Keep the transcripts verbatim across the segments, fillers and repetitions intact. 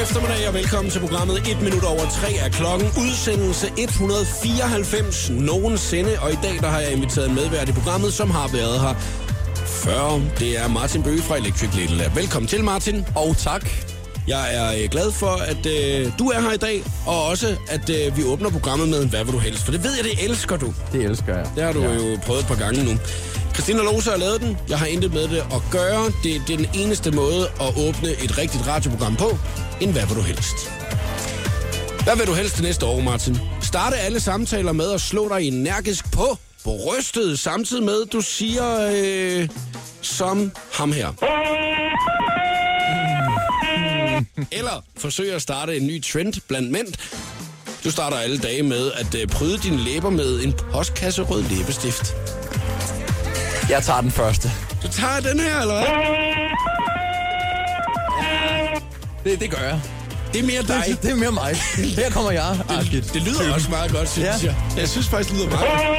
eftermiddag og velkommen til programmet et minut over tre af klokken. Udsendelse et hundrede fireoghalvfems nogensinde, og i dag der har jeg inviteret en medvært i programmet, som har været her før. Det er Martin Bøge fra Electric Little Lab. Velkommen til, Martin. Og tak. Jeg er øh, glad for, at øh, du er her i dag, og også, at øh, vi åbner programmet med en Hvad vil du helst? For det ved jeg, det elsker du. Det elsker jeg. Det har du ja. jo prøvet et par gange nu. Christina Lose har lavet den. Jeg har intet med det at gøre. Det, det er den eneste måde at åbne et rigtigt radioprogram på. En Hvad vil du helst? Hvad vil du helst det næste år, Martin? Starte alle samtaler med at slå dig energisk på brystet, samtidig med, du siger øh, som ham her. Eller forsøge at starte en ny trend blandt mænd. Du starter alle dage med at øh, pryde dine læber med en postkasse rød læbestift. Jeg tager den første. Du tager den her, eller hvad? Det, det gør jeg. Det er mere dig. Det, det er mere mig. Her kommer jeg. Det, det lyder også meget godt, synes ja. jeg. Jeg synes faktisk, det lyder meget godt.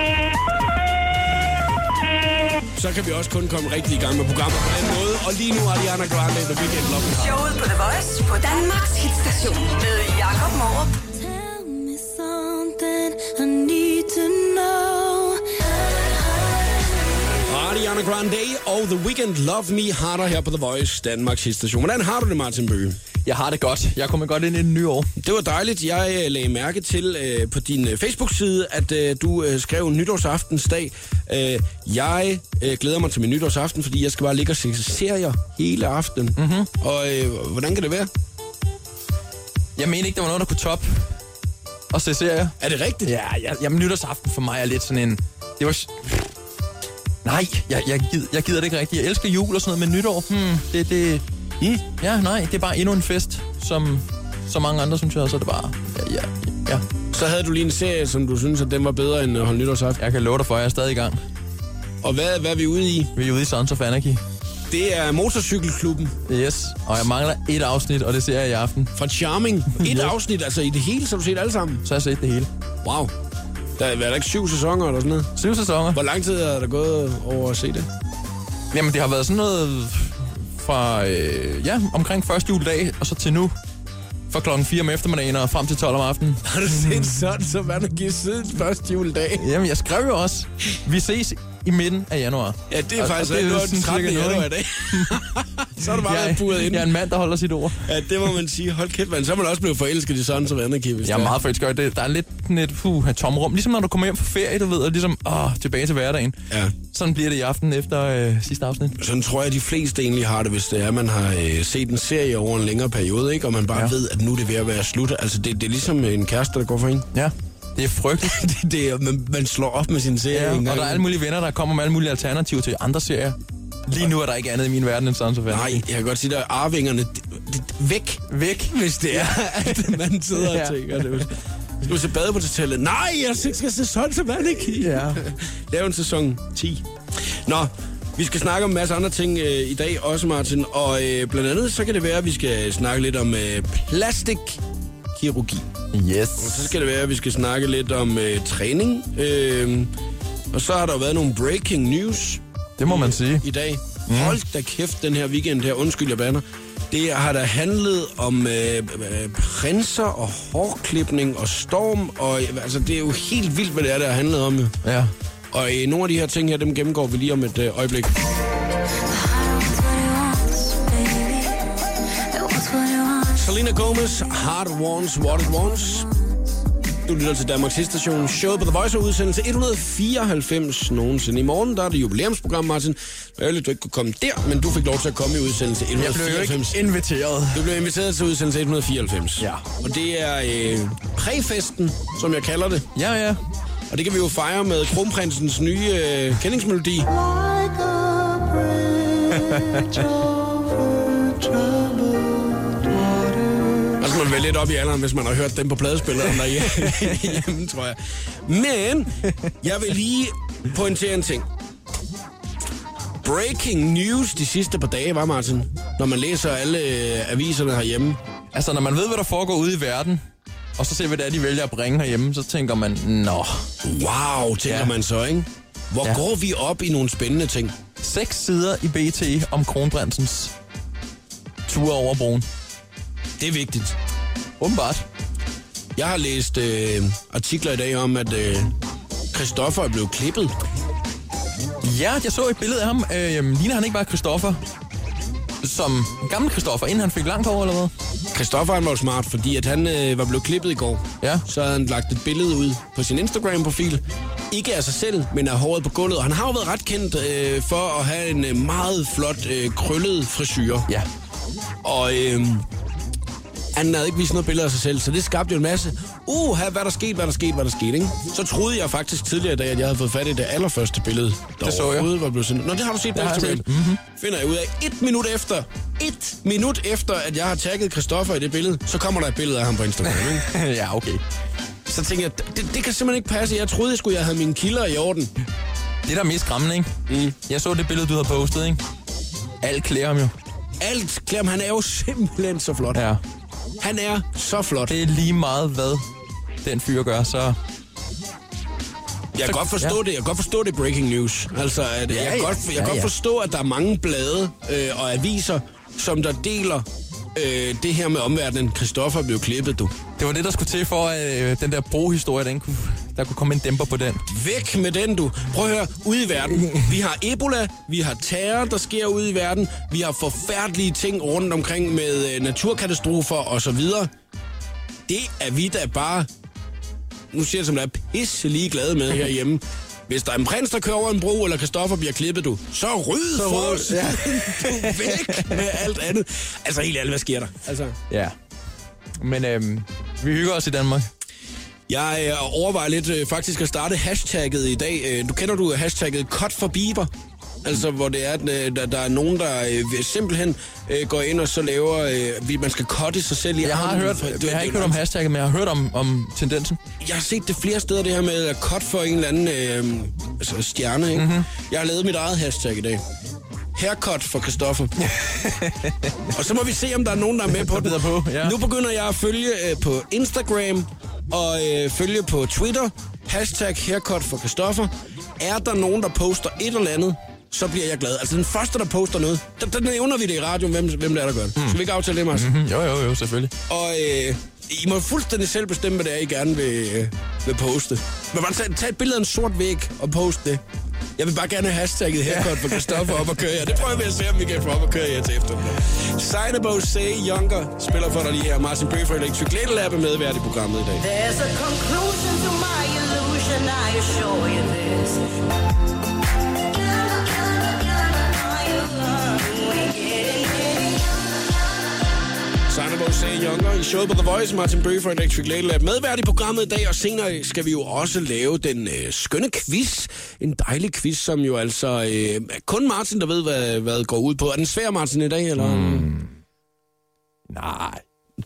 Så kan vi også kun komme rigtig i gang med programmet på den måde. Og lige nu er Ariana Grande, The Weekend Love Me Hard. Showet på The Voice på Danmarks hitstation med Jakob Morup. Tell me something I need to know. Ariana Grande og The Weekend Love Me Harder her på The Voice, Danmarks hitstation. Hvordan har du det, Martin Bøge? Jeg har det godt. Jeg kommer godt ind i det nye år. Det var dejligt. Jeg øh, lagde mærke til øh, på din øh, Facebook-side, at øh, du øh, skrev nytårsaftensdag. Øh, jeg øh, glæder mig til min nytårsaften, fordi jeg skal bare ligge og se serier hele aftenen. Mm-hmm. Og øh, hvordan kan det være? Jeg mener ikke, der var noget, der kunne toppe at se serier. Er det rigtigt? Ja, jeg, jamen nytårsaften for mig er lidt sådan en... Det var... Nej, jeg, jeg, gider, jeg gider det ikke rigtigt. Jeg elsker jul og sådan noget, men nytår, hmm, det... det Mm. Ja, nej, det er bare endnu en fest, som så mange andre synes jeg, så er det bare, ja, ja, ja. Så havde du lige en serie, som du synes, at den var bedre end at holde nytårsaften. Jeg kan love dig for, at jeg er stadig i gang. Og hvad, hvad er vi ude i? Vi er ude i Sons of Anarchy. Det er Motorcykelklubben. Yes, og jeg mangler et afsnit, og det ser jeg i aften. Fra Charming. Et Yes. afsnit, altså i det hele, så har du set alle sammen? Så har jeg set det hele. Wow. Der er der ikke syv sæsoner eller sådan noget? Syv sæsoner. Hvor lang tid er der gået over at se det? Jamen, det har været sådan noget fra, øh, ja, omkring første juledag, og så til nu. Fra klokken fire om eftermiddagen og frem til tolv om aftenen. Har du set sådan, så hvad der giver siden første juledag? Jamen, jeg skrev jo også, vi ses i midten af januar. Ja, det er og, faktisk og det er rigtig den trettende januar i dag. Så er du bare jeg, været buret ind. Jeg er en mand, der holder sit ord. Ja, det må man sige. Hold kæft, man. Så er man også blevet forelsket i sådan som Anarchy, hvis Jeg er meget forelsket. Det, der er lidt et uh, tomrum. Ligesom når du kommer hjem fra ferie, du ved, og ligesom åh, tilbage til hverdagen. Ja. Sådan bliver det i aften efter øh, sidste afsnit. Sådan tror jeg, de fleste egentlig har det, hvis det er, at man har øh, set en serie over en længere periode, ikke? Og man bare ja. ved, at nu er det ved at være slut. Altså, det, det er ligesom en kæreste, der går for en. Ja, det er frygteligt. det, det er, man, man slår op med sin serie Ja, en gang. og der er alle mulige venner, der kommer med alle mulige alternativer til andre serier. Lige nu er der ikke andet i min verden end Sons of Anarchy. Nej, jeg kan godt sige, at arvingerne det, det, væk. Væk. Hvis det er, at man sidder Ja. og tænker det. Skal du se bade på hotellet? Nej, jeg skal se Sons of Anarchy. Ja. Lave en sæson ti. Nå, vi skal snakke om en masse andre ting øh, i dag også, Martin. Og øh, blandt andet, så kan det være, at vi skal snakke lidt om øh, plastikkirurgi. Yes. Og så skal det være, at vi skal snakke lidt om øh, træning. Øh, og så har der jo været nogle breaking news. Det må man sige. I dag. Mm. Hold da kæft, den her weekend her. Undskyld, jeg bander. Det har der handlet om øh, øh, prinser og hårklipning og storm. Og øh, altså, det er jo helt vildt, hvad det er, der har handlet om. Jo. Ja. Og øh, nogle af de her ting her, dem gennemgår vi lige om et øh, øjeblik. Selena Gomez, Heart Wants What It Wants. Du lytter til Danmarks hitstation. Showet på The Voice er udsendelse et hundrede fireoghalvfems nogensinde. I morgen der er det jubilæumsprogram, Martin. Ærligt, du ikke kunne komme der, men du fik lov til at komme i udsendelse et hundrede fireoghalvfems. Jeg blev jo ikke inviteret. Du blev inviteret til udsendelse et hundrede fireoghalvfems. Ja. Og det er øh, præfesten, som jeg kalder det. Ja, ja. Og det kan vi jo fejre med kronprinsens nye øh, kendingsmelodi. Og så må man vel lidt op i alderen, hvis man har hørt dem på pladespilleren derhjemme, tror jeg. Men jeg vil lige pointere en ting. Breaking news de sidste par dage, var Martin? Når man læser alle øh, aviserne herhjemme. Altså, når man ved, hvad der foregår ude i verden, og så ser vi, hvad de vælger at bringe herhjemme, så tænker man, nå. Wow, tænker ja. man så, ikke? Hvor ja. går vi op i nogle spændende ting? Seks sider i B T om kronprinsens tur over broen. Det er vigtigt. Åbenbart. Jeg har læst øh, artikler i dag om, at øh, Christoffer er blevet klippet. Ja, jeg så et billede af ham. Øh, ligner han ikke bare Christoffer? Som gammel Christoffer, inden han fik langt hår, eller hvad? Christoffer han var jo smart, fordi at han øh, var blevet klippet i går. Ja. Så havde han lagt et billede ud på sin Instagram-profil. Ikke af sig selv, men af håret på gulvet. Og han har jo været ret kendt øh, for at have en øh, meget flot øh, krøllet frisyr. Ja. Og øh, han havde ikke vist noget billede af sig selv, så det skabte jo en masse. Uh, hvad der skete, hvad der skete, hvad der skete, ikke? Så troede jeg faktisk tidligere i dag, at jeg havde fået fat i det allerførste billede, der det så overhovedet var blevet sendt. Nå, det har du set på Instagram. Mm-hmm. Finder jeg ud af et minut efter, et minut efter, at jeg har tagget Christoffer i det billede, så kommer der et billede af ham på Instagram, ikke? Ja, okay. Så tænker jeg, det, det kan simpelthen ikke passe. Jeg troede, jeg skulle jeg have mine kilder i orden. Det der er mest skræmmende, ikke? Mm. Jeg så det billede, du havde postet, ikke? Alt klæder ham jo. Alt klæder ham. Han er jo simpelthen så flot. Ja. Han er så flot. Det er lige meget, hvad den fyr gør, så... Jeg kan godt forstå ja. det. Jeg kan godt forstå det breaking news. Altså, at ja, jeg kan, ja. godt, jeg kan ja, ja. godt forstå, at der er mange blade øh, og aviser, som der deler øh, det her med omverdenen. Christoffer blev klippet, du. Det var det, der skulle til for, at øh, den der brohistorie, den kunne, der kunne komme en dæmper på den. Væk med den, du. Prøv at høre, ude i verden. Vi har Ebola, vi har terror, der sker ude i verden. Vi har forfærdelige ting rundt omkring med øh, naturkatastrofer og så videre. Det er vi da bare, nu siger jeg som der er pisse lige glade med herhjemme. Hvis der er en prins, der kører over en bro, eller Christoffer bliver klippet, du, så ryd så for os. Ja. Du væk med alt andet. Altså helt ærligt, hvad sker der? Altså. Ja. Men øhm, vi hygger os i Danmark. Jeg øh, overvejer lidt øh, faktisk at starte hashtagget i dag. Øh, du kender du hashtagget Cut for Bieber? Altså, hvor det er, at øh, der, der er nogen, der øh, simpelthen øh, går ind og så laver, øh, man skal cutte sig selv i Jeg har armen. hørt, Det, jeg har ikke hørt om hashtagget, men jeg har hørt om, om tendensen. Jeg har set det flere steder, det her med at cut for en eller anden øh, altså stjerne, ikke? Mm-hmm. Jeg har lavet mit eget hashtag i dag. Haircut for Christoffer. Og så må vi se, om der er nogen, der er med på det. På, ja. Nu begynder jeg at følge øh, på Instagram og øh, følge på Twitter. Hashtag haircut for Christoffer. Er der nogen, der poster et eller andet, så bliver jeg glad. Altså den første, der poster noget, der, der nævner vi det i radioen, hvem, hvem det er, der gør det. Mm. Skal vi ikke aftale det, Mars? Mm-hmm. Jo, jo, jo, selvfølgelig. Og øh, I må fuldstændig selv bestemme, hvad det er, I gerne vil, øh, vil poste. Men bare tage, tage et billede af en sort væg og poste det. Jeg vil bare gerne have hashtagget haircut for Christoffer op og køre jer. Det prøver vi at se, om vi kan få op og køre jer til eftermiddag. Signable Say Younger spiller for dig lige her. Martin Bøh fra Electric Little Lab er medvært i programmet i dag. There's a conclusion to my illusion, I assure you this. Signable Say Younger i showet på The Voice. Martin Bøh fra Electric Little Lab medvært i programmet i dag, og senere skal vi jo også lave den øh, skønne quiz. En dejlig quiz, som jo altså øh, kun Martin, der ved, hvad, hvad det går ud på. Er den svær, Martin, i dag, eller? Mm. Nej.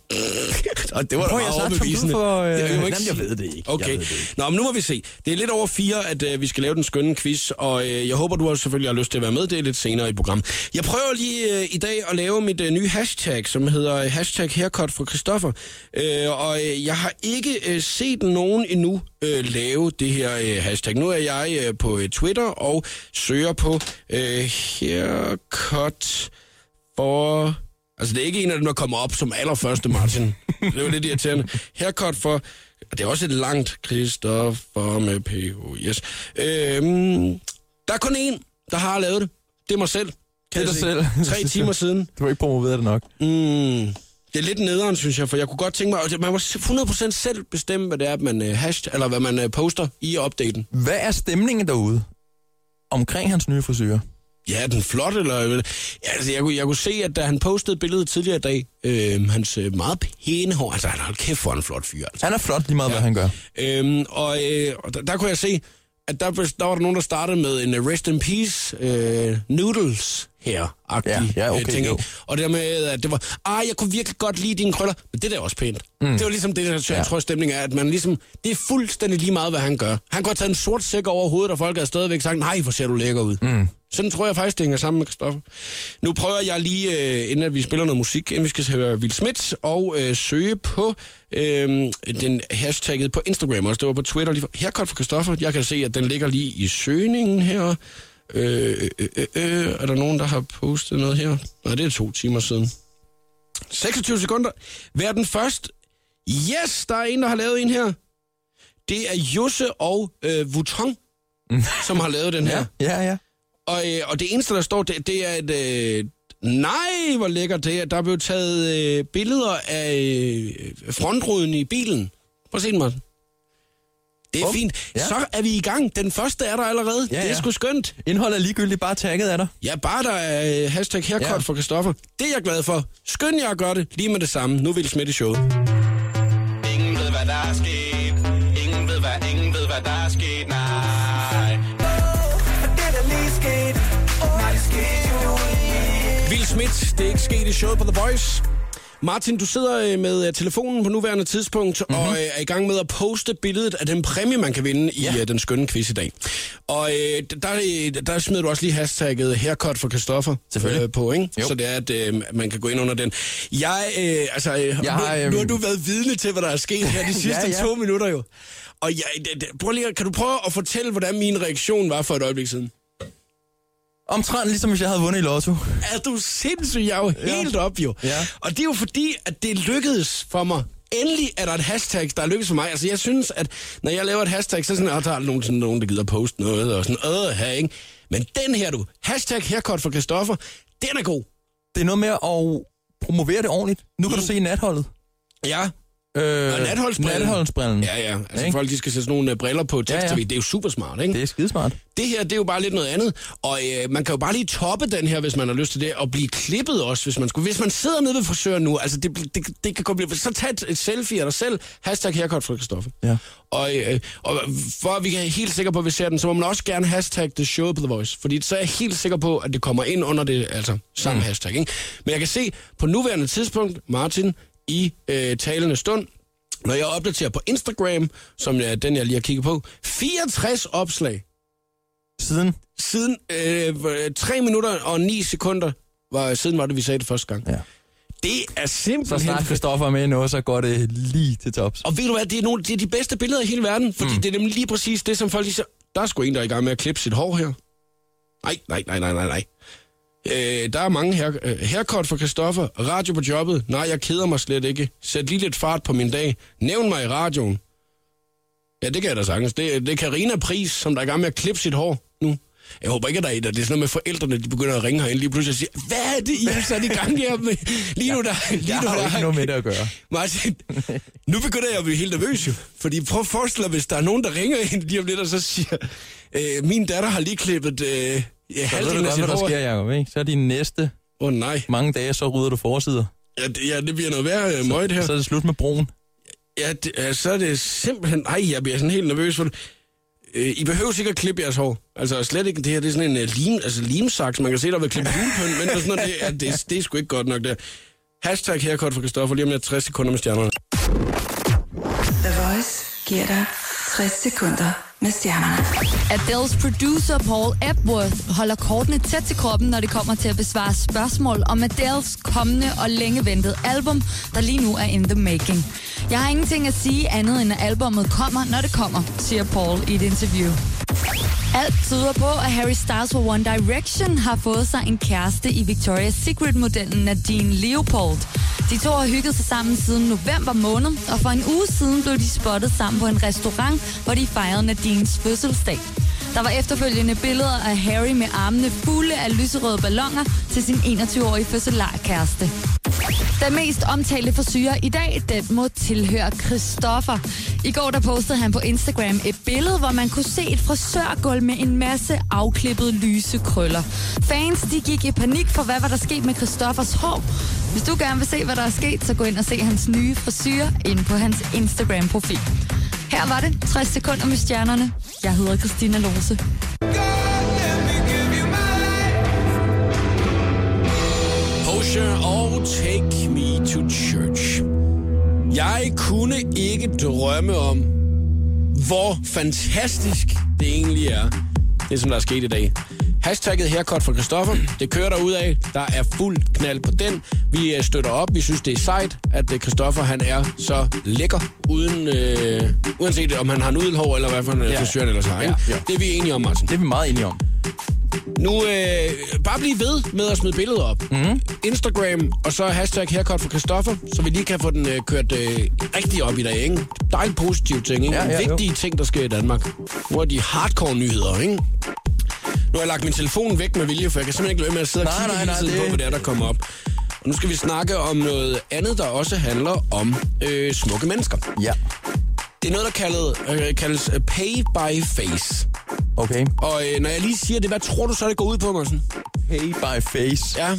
Og det var da meget overbevisende. For, øh... det, jeg, jeg ved det ikke. Okay. Jeg ved det ikke. Nå, men nu må vi se. Det er lidt over fire, at øh, vi skal lave den skønne quiz, og øh, jeg håber, du har selvfølgelig har lyst til at være med. Det er lidt senere i programmet. Jeg prøver lige øh, i dag at lave mit øh, nye hashtag, som hedder hashtag haircut for Christoffer. Øh, og øh, jeg har ikke øh, set nogen endnu øh, lave det her øh, hashtag. Nu er jeg øh, på øh, Twitter og søger på øh, haircut for... Altså, det er ikke en af dem, der kommer op som allerførste, Martin. Det er jo lidt irriterende. Haircut for... Det er også et langt Christoffer med P H. Yes. Øhm, der er kun én, der har lavet det. Det er mig selv. Det er dig selv. Tre timer siden. Du har ikke promoveret det nok. Mm, det er lidt nederen, synes jeg, for jeg kunne godt tænke mig... Man må hundrede procent selv bestemme, hvad det er, man uh, hasht, eller hvad man uh, poster i updaten. Hvad er stemningen derude omkring hans nye frisyr? Ja, er den flot, eller... Ja, altså, jeg, kunne, jeg kunne se, at da han postede billedet tidligere i dag, øh, hans øh, meget pæne hår... Altså, han har kæft for en flot fyr, altså. Han er flot lige meget, ja. Hvad han gør. Øhm, og øh, og der, der kunne jeg se, at der, der var der nogen, der startede med en Rest in Peace øh, Noodles her-agtig ja, ja, okay, ting. jo. Og det med, at det var... Ah, jeg kunne virkelig godt lide dine krøller, men det der er også pænt. Mm. Det var ligesom det, der jeg tror, stemningen er, at man ligesom... Det er fuldstændig lige meget, hvad han gør. Han kunne have taget en sort sæk over hovedet, og folk er stadigvæk sagt, nej, hvor ser du lækker ud. Mm. Sådan tror jeg faktisk, det hænger sammen med Christoffer. Nu prøver jeg lige, øh, inden at vi spiller noget musik, inden vi skal høre Will Smith, og øh, søge på øh, den hashtagget på Instagram, også det var på Twitter. Lige haircut for Christoffer. Jeg kan se, at den ligger lige i søgningen her. Øh, øh, øh, øh. Er der nogen, der har postet noget her? Nej, det er to timer siden. seksogtyve sekunder. Vær den første. Yes, der er en, der har lavet en her. Det er Jusse og øh, Vuitton, mm. som har lavet den her. Ja, ja. ja. Og, øh, og det eneste, der står, det, det er et... Øh, nej, hvor lækkert det er. Der er blevet taget øh, billeder af øh, frontruden i bilen. Prøv at se den, Martin. Det er oh, fint. Ja. Så er vi i gang. Den første er der allerede. Ja, det er ja. sgu skønt. Indholdet er ligegyldigt, bare tagget af dig. Ja, bare der er hashtag haircut ja. for Christoffer. Det er jeg glad for. Skynd jer at gøre det lige med det samme. Nu vil Smith i showet. Ingen ved, hvad der er sket. Ingen ved, hvad, ingen ved, hvad der er sket. Nej. Det er lige sket. Nej, det skete jo ikke. Will Smith, det er ikke sket i showet på The Voice. Martin, du sidder med telefonen på nuværende tidspunkt mm-hmm. og er i gang med at poste billedet af den præmie, man kan vinde ja. i den skønne quiz i dag. Og øh, der, der smider du også lige hashtagget haircut for Christoffer øh, på, ikke? Jo. Så det er, at øh, man kan gå ind under den. Jeg, øh, altså, øh, jeg har, øh, nu har du været vidne til, hvad der er sket her de sidste ja, ja. to minutter jo. Og jeg, prøv lige, kan du prøve at fortælle, hvordan min reaktion var for et øjeblik siden? Omtrent ligesom hvis jeg havde vundet i lotto. Er du sindssygt? Jeg er jo ja. helt op, jo. Ja. Og det er jo fordi, at det lykkedes for mig. Endelig er der et hashtag, der er lykkedes for mig. Altså, jeg synes, at når jeg laver et hashtag, så er sådan, at der er nogen, sådan, nogen, der gider poste noget, og sådan, øh, her, ikke? Men den her, du, hashtag haircut for Christoffer, den er god. Det er noget med at promovere det ordentligt. Nu kan mm. du se Natholdet. Ja. Øh, og natholdsbrillen. Natholdsbrillen. Ja, ja. Altså, folk, de skal sætte sådan nogle uh, briller på tekst-tv. Ja, ja. Det er jo super smart, ikke? Det er skidesmart. Det her, det er jo bare lidt noget andet. Og øh, man kan jo bare lige toppe den her, hvis man har lyst til det, og blive klippet også, hvis man skulle. Hvis man sidder nede ved frisøren nu, altså det, det, det kan komme. Så tag et, et selfie af dig selv. Hashtag haircut for Christoffer. Ja. Og, øh, og for at vi er helt sikre på, at vi ser den, så må man også gerne hashtag The Show på The Voice. Fordi så er jeg helt sikker på, at det kommer ind under det, altså samme mm. hashtag, ikke? Men jeg kan se på nuværende tidspunkt, Martin, i øh, talende stund, når jeg opdaterer på Instagram, som er den, jeg lige har kigget på, fireogtres opslag. Siden? Siden øh, tre minutter og ni sekunder, var, siden var det, vi sagde det første gang. Ja. Det er simpelthen... Så snart Christoffer er med nu, så går det lige til tops. Og ved du hvad, det er, nogle, det er de bedste billeder i hele verden, fordi mm. det er nemlig lige præcis det, som folk lige siger, der er sgu en, der er i gang med at klippe sit hår her. Nej, nej, nej, nej, nej, nej. Øh, der er mange her, øh, haircut for Christoffer, radio på jobbet, nej, jeg keder mig slet ikke. Sæt lige lidt fart på min dag. Nævn mig i radioen. Ja, det kan jeg da sagtens. Det, det er Carina Pris, som der er i gang med at klippe sit hår nu. Jeg håber ikke, at der er et, det er sådan noget med forældrene, de begynder at ringe herinde lige pludselig og sige, hvad er det, I har sat i gang her med? Lige nu der... Lige jeg nu, har der, ikke noget med det at gøre. Martin, nu begynder jeg at blive helt nervøs jo. Fordi prøv at forestille dig, hvis der er nogen, der ringer ind lige om lidt og så siger, øh, min datter har lige klippet... Øh, Ja, så ved du godt, hvad der sker, Jacob, ikke? Så er de næste oh, nej. mange dage, så rydder du forsider. Ja, det, ja, det bliver noget værre uh, møjt her. Så er det slut med broen. Ja, det, ja, så er det simpelthen... Ej, jeg bliver sådan helt nervøs for det. Uh, I behøver sikkert at klippe jeres hår. Altså slet ikke, det her det er sådan en uh, lim, altså, limsaks. Man kan se, der vil klippe julepønt, men sådan noget, det, ja, det, det er sgu ikke godt nok der. Hashtag haircut for Christoffer, lige om lidt tres sekunder med stjernerne. The Voice giver dig tres sekunder med stjernerne. Adele's producer Paul Epworth holder kortene tæt til kroppen, når det kommer til at besvare spørgsmål om Adele's kommende og længe ventede album, der lige nu er in the making. Jeg har ingenting at sige andet end, at albummet kommer, når det kommer, siger Paul i et interview. Alt tyder på, at Harry Styles fra One Direction har fået sig en kæreste i Victoria's Secret-modellen Nadine Leopold. De to har hygget sig sammen siden november måned, og for en uge siden blev de spottet sammen på en restaurant, hvor de fejrede Nadines fødselsdag. Der var efterfølgende billeder af Harry med armene fulde af lyserøde balloner til sin enogtyve-årige fødselarkæreste. Den mest omtalte frisyre i dag, den må tilhøre Christoffer. I går der postede han på Instagram et billede, hvor man kunne se et frisørgulv med en masse afklippede lyse krøller. Fans de gik i panik for, hvad var der sket med Christoffers hår. Hvis du gerne vil se, hvad der er sket, så gå ind og se hans nye frisyre inde på hans Instagram-profil. Her var det tres sekunder med stjernerne. Jeg hedder Christina Lose. Porsche og Take Me to Church. Jeg kunne ikke drømme om, hvor fantastisk det egentlig er, det som der er sket i dag. Hashtagget haircut for Christoffer, det kører der ud af. Der er fuld knald på den. Vi støtter op. Vi synes, det er sejt, at Christoffer han er så lækker, uden, øh, uanset om han har nudelhår eller hvad for en ja. frisøren ellers har. Ja, ja. Det er vi enige om, Martin. Det er vi meget enige om. Nu, øh, bare bliv ved med at smide billedet op. Mm. Instagram, og så hashtag haircut for Christoffer, så vi lige kan få den øh, kørt øh, rigtig op i dag, ikke? Dejligt positive ting, ikke? Ja, ja, Vigtige jo. ting, der sker i Danmark. Hvor er de hardcore nyheder, ikke? Nu har jeg lagt min telefon væk med vilje, for jeg kan simpelthen ikke lade være med at sidde og Nej, kigge nej, hele nej, tiden det- på, hvad det er, der kommer op. Og nu skal vi snakke om noget andet, der også handler om øh, smukke mennesker. Ja. Det er noget, der kaldet, øh, kaldes øh, pay by face. Okay. Og øh, når jeg lige siger det, hvad tror du så, det går ud på, Marsen? Pay by face. Ja.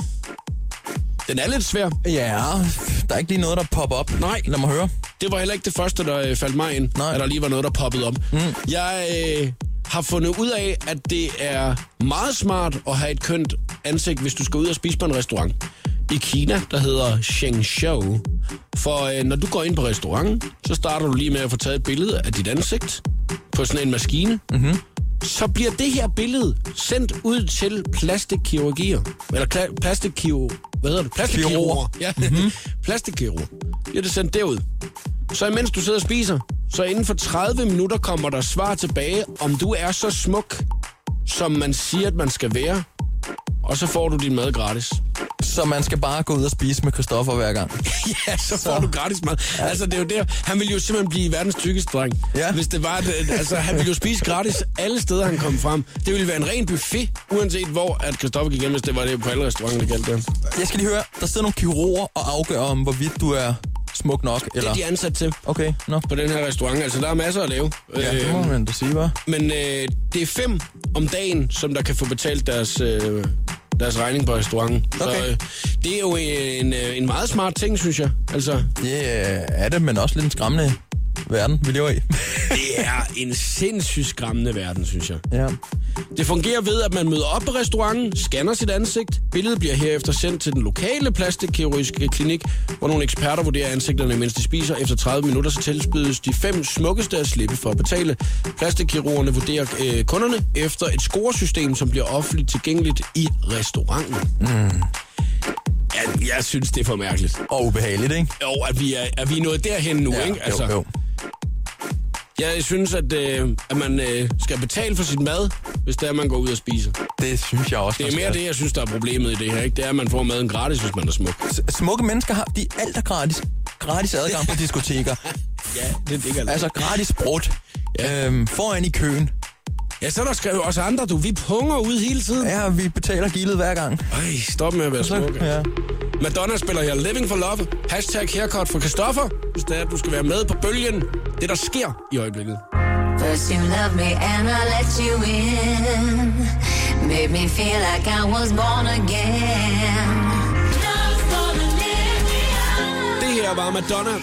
Den er lidt svær. Ja, der er ikke lige noget, der popper op. Nej. Lad mig høre. Det var heller ikke det første, der øh, faldt mig ind, Nej. at der lige var noget, der poppede op. Mm. Jeg øh, har fundet ud af, at det er meget smart at have et kønt ansigt, hvis du skal ud og spise på en restaurant i Kina, der hedder Shenzhou. For øh, når du går ind på restauranten, så starter du lige med at få taget et billede af dit ansigt på sådan en maskine. Mm-hmm. Så bliver det her billede sendt ud til plastikkirurgier. Eller kla- plastikkirurg... Hvad hedder det? Plastikkirurger. Ja, mm-hmm. Plastikkirurger. Bliver det sendt derud. Så imens du sidder og spiser, så inden for tredive minutter kommer der svar tilbage, om du er så smuk, som man siger, at man skal være. Og så får du din mad gratis. Så man skal bare gå ud og spise med Christoffer hver gang. Ja, så får Så. du gratis mad. Altså, det er jo der. Han ville jo simpelthen blive verdens tykkeste dreng. Ja. Hvis det var det. Altså, han ville jo spise gratis alle steder, han kom frem. Det ville være en ren buffet, uanset hvor at Christoffer gik hjem, hvis det var det på alle restauranter, det galt der. Jeg skal lige høre, der sidder nogle kirurger og afgør om, hvorvidt du er smuk nok, Det eller... er de ansat til Okay, nå. på den her restaurant. Altså, der er masser at lave. Ja, det må Øh, man da sige, hva'? Men øh, det er fem om dagen, som der kan få betalt deres, øh, deres regning på restauranten. Okay. Så øh, det er jo en, øh, en meget smart ting, synes jeg. Altså, Det er det, men også lidt en skræmmende verden, vi lever i. det er en sindssygt skræmmende verden, synes jeg. Ja. Det fungerer ved, at man møder op på restauranten, scanner sit ansigt. Billedet bliver herefter sendt til den lokale plastikkirurgiske klinik, hvor nogle eksperter vurderer ansigterne, mens de spiser. Efter tredive minutter så tilbydes de fem smukkeste at slippe for at betale. Plastikkirurgerne vurderer øh, kunderne efter et scoresystem, som bliver offentligt tilgængeligt i restauranten. Mm. Ja, jeg synes, det er for mærkeligt. Og ubehageligt, ikke? Jo, at vi er, at vi er nået derhen nu, ikke? jo, jo. Jeg synes, at, øh, at man øh, skal betale for sit mad, hvis det er, man går ud og spiser. Det synes jeg også. Det er man mere skal. det, jeg synes, der er problemet i det her, ikke? Det er, at man får maden gratis, hvis man er smuk. S- Smukke mennesker har de alt er gratis. Gratis adgang på diskoteker. Ja, det er det, altså. Altså gratis brud. Ja. Øhm, foran i køen. Ja, så er der skrevet også andre, du. Vi punger ud hele tiden. Ja, vi betaler gildet hver gang. Ej, stop med at være smuk. Ja. Madonna spiller her Living for Love. Hashtag haircut for Christoffer. Hvis det er, at du skal være med på bølgen. Det, der sker i øjeblikket. First you loved me and I let you in. Made me feel like I was born again. Det her var Madonna.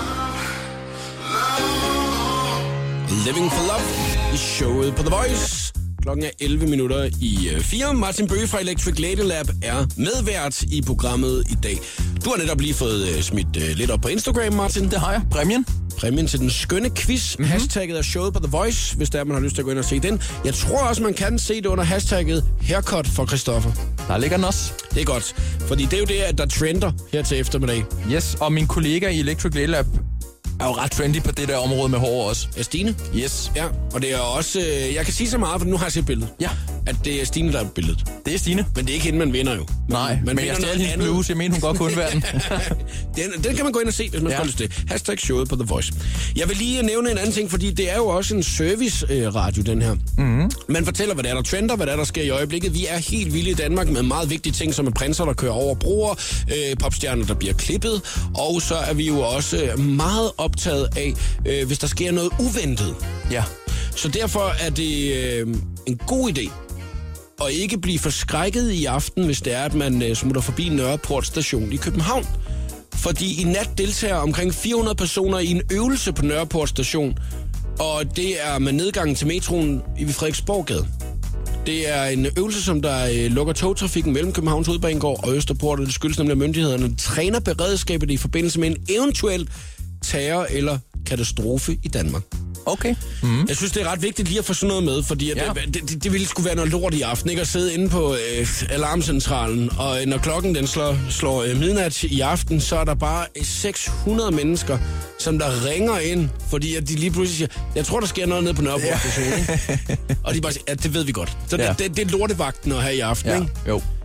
Living for Love i showet på The Voice. Klokken er elleve minutter i fire. Martin Bøge fra Electric Lady Lab er medvært i programmet i dag. Du har netop lige fået uh, smidt uh, lidt op på Instagram, Martin. Det har jeg. Præmien. Præmien til den skønne quiz. Mm-hmm. Hashtagget er showet på The Voice, hvis der er, man har lyst til at gå ind og se den. Jeg tror også, man kan se det under hashtagget haircut for Christoffer. Der ligger den også. Det er godt, fordi det er jo det, at der trender her til eftermiddag. Yes, og min kollega i Electric Lady Lab er jo ret trendy på det der område med hår også. Er Stine? Yes. Ja, og det er også... Øh, jeg kan sige så meget, for nu har jeg set billedet. Ja. At det er Stine, der er billedet. Det er Stine. Men det er ikke hende, man vinder jo. Man, Nej, man men jeg stjal hendes andet. blues. Jeg mener, hun godt kunne være den. den. Den kan man gå ind og se, hvis man Ja. skal lyst til. Hashtag showet på The Voice. Jeg vil lige nævne en anden ting, fordi det er jo også en service-radio, den her. Mm-hmm. Man fortæller, hvad der er, der trender, hvad der er, der sker i øjeblikket. Vi er helt vilde i Danmark med meget vigtige ting, som er prinser, der kører over broer, øh, popstjerner, der bliver klippet, og så er vi jo også meget optaget af, øh, hvis der sker noget uventet. Ja. Så derfor er det øh, en god idé at ikke blive forskrækket i aften, hvis det er, at man øh, smutter forbi Nørreport station i København. Fordi i nat deltager omkring fire hundrede personer i en øvelse på Nørreport station, og det er med nedgangen til metroen i Frederiksborggade. Det er en øvelse, som der øh, lukker togtrafikken mellem Københavns Hovedbanegård og Østerport, og det skyldes nemlig, at myndighederne træner beredskabet i forbindelse med en eventuel terror eller katastrofe i Danmark. Okay. Mm. Jeg synes, det er ret vigtigt lige at få sådan noget med, fordi at Ja. det, det, det, det ville sgu være noget lort i aften, ikke? At sidde inde på øh, alarmcentralen, og øh, når klokken den slår, slår øh, midnat i aften, så er der bare seks hundrede mennesker, som der ringer ind, fordi at de lige pludselig siger, jeg tror, der sker noget nede på Nørreport Ja. station, ikke? Og de bare siger, ja, det ved vi godt. Så Ja. det, det, det er lortevagten at have i aften, Ja, ikke? jo.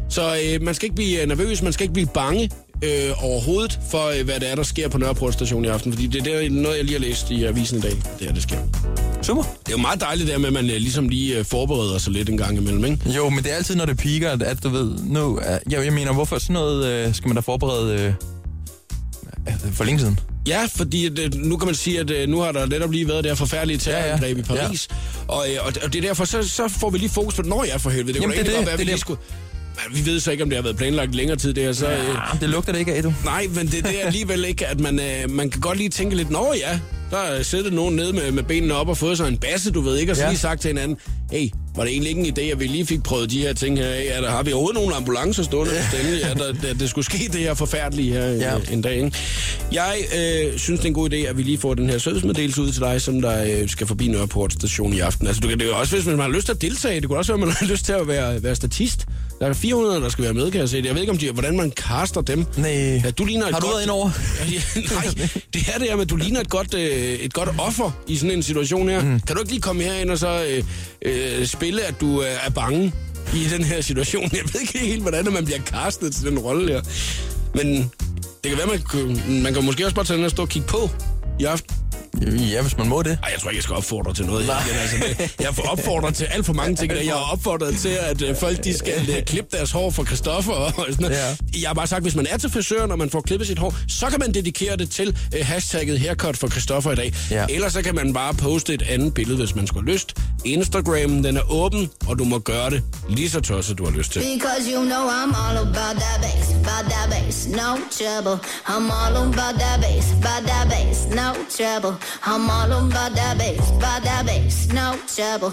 Så øh, man skal ikke blive nervøs, man skal ikke blive bange øh, overhovedet for, øh, hvad det er, der sker på Nørreport Station i aften. Fordi det, det er noget, jeg lige har læst i avisen i dag. Det er, det sker. Super. Det er jo meget dejligt der med, at man øh, ligesom lige øh, forbereder sig lidt en gang imellem, ikke? Jo, men det er altid, når det piker, at, at du ved, nu... Jeg, jeg mener, hvorfor sådan noget øh, skal man da forberede øh, for længe siden? Ja, fordi det, nu kan man sige, at øh, nu har der netop lige været det her forfærdelige terrorangreb ja, ja. i Paris. Ja. Og, øh, og det er derfor, så, så får vi lige fokus på det. Nå ja, for helvede. Det Jamen, kunne det, da det, være, det, vi det, skulle... Vi ved så ikke, om det har været planlagt længere tid, det her. Så, ja, øh, det lugter det ikke af, du. Nej, men det, det er alligevel ikke, at man, øh, man kan godt lige tænke lidt, nå ja, der er siddet nogen nede med, med benene op og fået sig en basse, du ved ikke, og så ja. lige sagt til hinanden, hey, var det egentlig ikke en idé, at vi lige fik prøvet de her ting her af? Ja, der har vi overhovedet nogle ambulancer stående på stændig, ja, der, der, det skulle ske det her forfærdelige her ja. en, en dag, ikke? Jeg øh, synes, det er en god idé, at vi lige får den her servicemeddelelse ud til dig, som der øh, skal forbi Nørreport Station i aften. Altså, du kan det jo også, hvis man har lyst til at deltage, det kunne også være, at man har lyst til at være, være statist. Der er fire hundrede, der skal være med, kan jeg se. Jeg ved ikke, om de, hvordan man caster dem. Nej. Ja, du ligner et har du godt... været indover? Ja, nej, det er det her med, at du ligner et godt, øh, et godt offer i sådan en situation her. Mm. Kan du ikke lige komme herind og så øh, øh, spille, at du øh, er bange i den her situation? Jeg ved ikke helt, hvordan man bliver castet til den rolle her. Men det kan være, man, man kan måske også bare tage den og stå og kigge på i aften. Ja, hvis man må det. Ej, jeg tror ikke, jeg skal opfordre til noget. Igen, altså, det, jeg får opfordret til alt for mange ting. Jeg har opfordret til, at uh, folk de skal uh, klippe deres hår for Christoffer. Og sådan noget. Ja. Jeg har bare sagt, hvis man er til frisøren, og man får klippet sit hår, så kan man dedikere det til uh, hashtagget haircut for Christoffer i dag. Ja. Ellers så kan man bare poste et andet billede, hvis man skulle have lyst. Instagram, den er åben, og du må gøre det lige så tosset, du har lyst til. Because you know I'm all about that bass, about that bass, no trouble. I'm all about that bass, about that bass, no trouble. I'm all about that bass, about that bass, no trouble.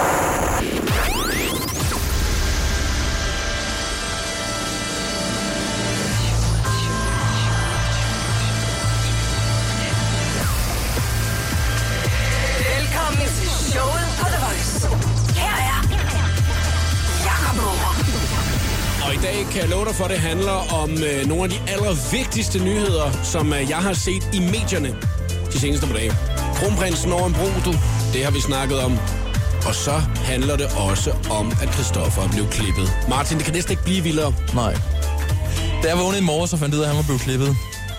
Velkommen til showet på The Voice. Her er Jakob Morup. Og i dag kan jeg love dig for, at det handler om øh, nogle af de allervigtigste nyheder, som øh, jeg har set i medierne de seneste par dage. Kronprinsen over en bro, du. Det har vi snakket om. Og så handler det også om, at Christoffer blev klippet. Martin, det kan næsten ikke blive vildere. Nej. Da jeg vågnede i morgen, så fandt jeg ud af, at han var blevet klippet.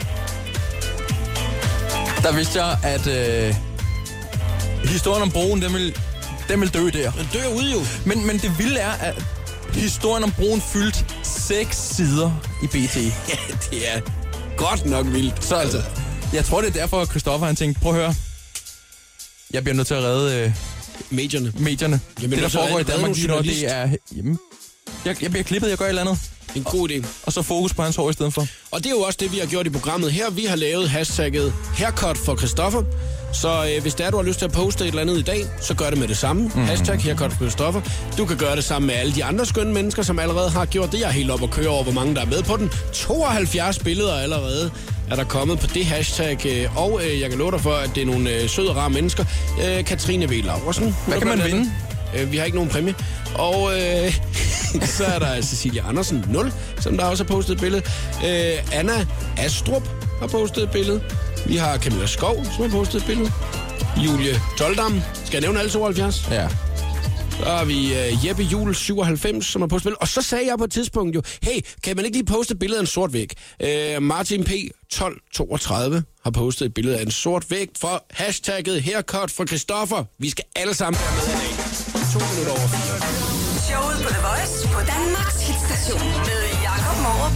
Der vidste jeg, at øh, historien om broen, den vil, den vil dø der. Den dør ude jo. Men, men det vilde er, at historien om broen fyldte seks sider i B T. Ja, det er godt nok vildt. Så altså, jeg tror, det er derfor, at Christoffer han tænkte, prøv at høre, jeg bliver nødt til at redde øh, medierne. medierne. Det, der foregår i Danmark lige nu, det er... Jamen, jeg, jeg bliver klippet, jeg gør et eller andet. En god idé. Og, og så fokus på hans hår i stedet for. Og det er jo også det, vi har gjort i programmet her. Vi har lavet hashtagget haircut for Christoffer. Så øh, hvis der er, du har lyst til at poste et eller andet i dag, så gør det med det samme. Mm. Hashtag haircut for Christoffer. Du kan gøre det sammen med alle de andre skønne mennesker, som allerede har gjort det. Jeg er helt op at køre over, hvor mange der er med på den. tooghalvfjerds billeder allerede er der kommet på det hashtag. Og øh, jeg kan love dig for, at det er nogle øh, søde og rare mennesker. Øh, Katrine V. Laursen. Hvad kan man vinde? Øh, vi har ikke nogen præmie. Og øh, så er der Cecilia Andersen nul, som der også har postet et billede. Øh, Anna Astrup har postet et billede. Vi har Camilla Skov, som har postet et billede. Julie Toldam. Skal jeg nævne alle tooghalvfjerds? Ja. Så har vi uh, Jeppe Juhl syvoghalvfems, som har postet billede. Og så sagde jeg på et tidspunkt jo, hey, kan man ikke lige poste et billede af en sort væg? Uh, Martin P. tolv toogtredive har postet et billede af en sort væg for hashtagget haircut for Christoffer. Vi skal alle sammen være med i dag. To minutter over fire. Showet på The Voice på Danmarks hitstation med Jakob Morup.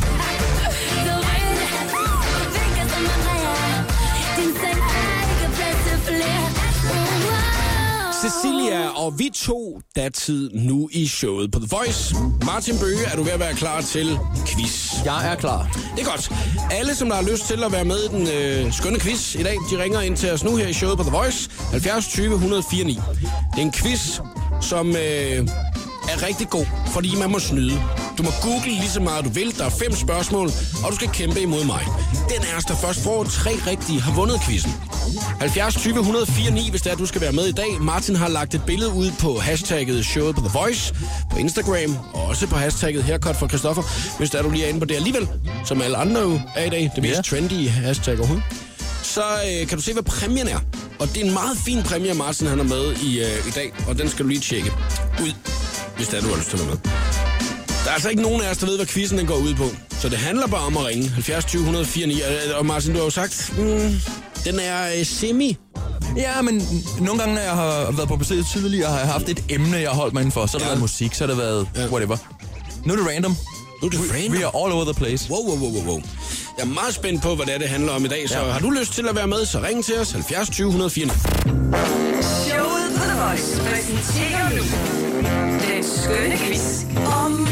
Cecilia og vi to datid nu i showet på The Voice. Martin Bøge, er du ved at være klar til quiz? Jeg er klar. Det er godt. Alle, som der har lyst til at være med i den øh, skønne quiz i dag, de ringer ind til os nu her i showet på The Voice. halvfjerds tyve et nul fire ni. Det er en quiz, som øh, er rigtig god, fordi man må snyde. Du må google lige så meget du vil. Der er fem spørgsmål, og du skal kæmpe imod mig. Den er der først får tre rigtige har vundet quizzen. halvfjerds tyve et nul fire ni, hvis det er, du skal være med i dag. Martin har lagt et billede ud på hashtagget showet på The Voice på Instagram, og også på hashtagget haircut for Christoffer, hvis der er du lige er inde på det alligevel, som alle andre jo er i dag. Det mest yeah. trendy hashtag overhovedet. Så øh, kan du se, hvad præmien er. Og det er en meget fin præmie, Martin han er med i, øh, i dag, og den skal du lige tjekke ud, hvis det er, du har lyst til at være med. Der er altså ikke nogen af os, der ved, hvad quizzen den går ud på. Så det handler bare om at ringe. halvfjerds tyve et hundrede fire ni. Og Martin, du har jo sagt, mm, den er øh, semi. Ja, men nogle gange, når jeg har været på besøg tidligere, har jeg haft et emne, jeg har holdt mig indenfor. Så har det Ja. været musik, så har det været Ja. whatever. Nu er det random. Nu er det random. We are all over the place. Wow, wow, wow, wow, wow. Jeg er meget spændt på, hvad det er, det handler om i dag. Så Ja. har du lyst til at være med, så ring til os. halvfjerds tyve et hundrede fire ni. Showet på The Voice præsenterer nu den skønne quiz om...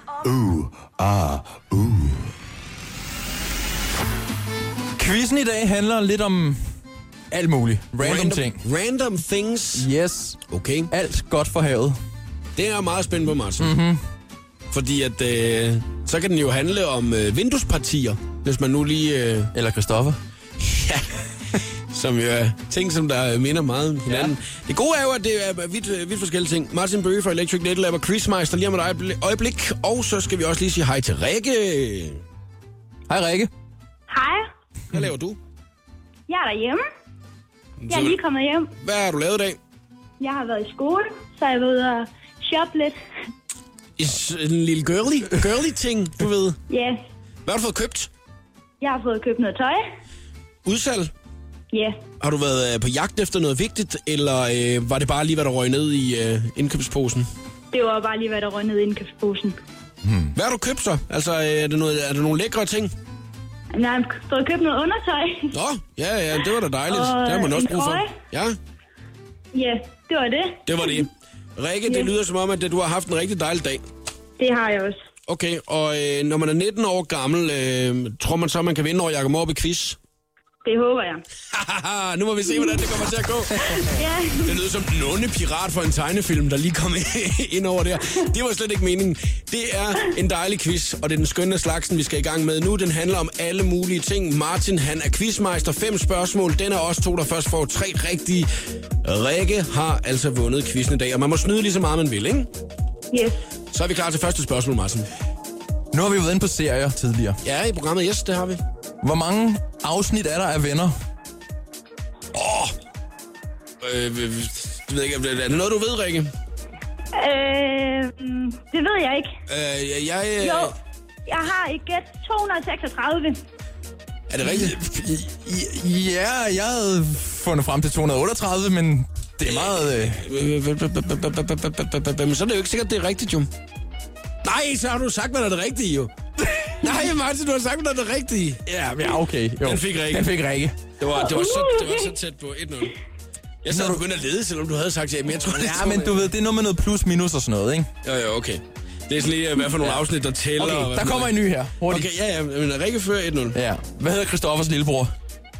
Quizzen i dag handler lidt om alt muligt. Random, Random ting. Random things. Yes. Okay. Alt godt for havet. Det er jeg meget spændt på, Martin. Mhm. Fordi at, øh, så kan den jo handle om øh, vinduespartier, hvis man nu lige... Øh, Eller Christoffer. ja, som jo er ting, som der minder meget om hinanden. Ja. Det gode er jo, at det er vidt, øh, vidt forskellige ting. Martin Bøge fra Electric Little Lab og quizmeister lige om et øjeblik- øjeblik. Og så skal vi også lige sige hej til Rikke. Hej Rikke. Hej, Hvad laver du? jeg er derhjemme. Jeg er lige kommet hjem. Hvad har du lavet i dag? Jeg har været i skole, så jeg var ude og shoppe lidt. En lille girly, girly ting, du ved. Ja, yeah. Hvad har du fået købt? Jeg har fået købt noget tøj. Udsalg? Ja, yeah. Har du været øh, på jagt efter noget vigtigt, eller øh, var det bare lige, hvad der røg ned i øh, indkøbsposen? Det var bare lige, hvad der røg ned i indkøbsposen. Hvad har du købt så? Altså, øh, er det, noget, er det nogle lækre ting? Jeg har fået købt noget undertøj. Nå, ja, ja, det var da dejligt. Og Det har man også en brug for. trøje. Ja, Ja, det var det. det var det. Rikke, det Ja. lyder som om, at du har haft en rigtig dejlig dag. Det har jeg også. Okay, og øh, når man er nitten år gammel, øh, tror man så, man kan vinde over Jacob Måb i quiz? Det håber jeg. Haha, nu må vi se, hvordan det kommer til at gå. Ja, Det lyder som den onde pirat for en tegnefilm, der lige kom ind over der. Det var slet ikke meningen. Det er en dejlig quiz, og det er den skønne slagsen, vi skal i gang med nu. Den handler om alle mulige ting. Martin, han er quizmeister. Fem spørgsmål. Den er også to, der først får tre rigtige. Rikke har altså vundet quizzen i dag, og man må snyde lige så meget, man vil, ikke? yes. Så er vi klar til første spørgsmål, Martin. Nu har vi jo været inde på serier tidligere. Ja, i programmet, yes, det har vi. Hvor mange afsnit er der af Venner? Åh! Oh. Øh, det ved jeg ikke, er det noget, du ved, Rikke? Øh, det ved jeg ikke. Øh, jeg... jeg Jo, jeg har et gæt to hundrede seksogtredive. Er det rigtigt? Ja, jeg havde fundet frem til to hundrede otteogtredive, men det er meget... Øh... Men så er det jo ikke sikkert, det er rigtigt, jo. Nej, så har du sagt, hvad der er det rigtige, jo. Nej, Martin, du har sagt, hvad der er det rigtige. Ja, ja, okay. Jo. Den fik Rikke. Den fik Rikke. Det var, det var, så, det var så tæt på et nul. Jeg sad og begyndte at lede, selvom du havde sagt, ja, men jeg tror, det Ja, men du ved, det er noget med noget plus minus og sådan noget, ikke? Jo, jo, okay. Det er sådan lige, hvad for nogle afsnit, der tæller. og Okay, hvad der for kommer noget. en ny her. Hurtigt. Okay, ja, ja, men Rikke fører et nul. Ja. Hvad hedder Christoffers lillebror?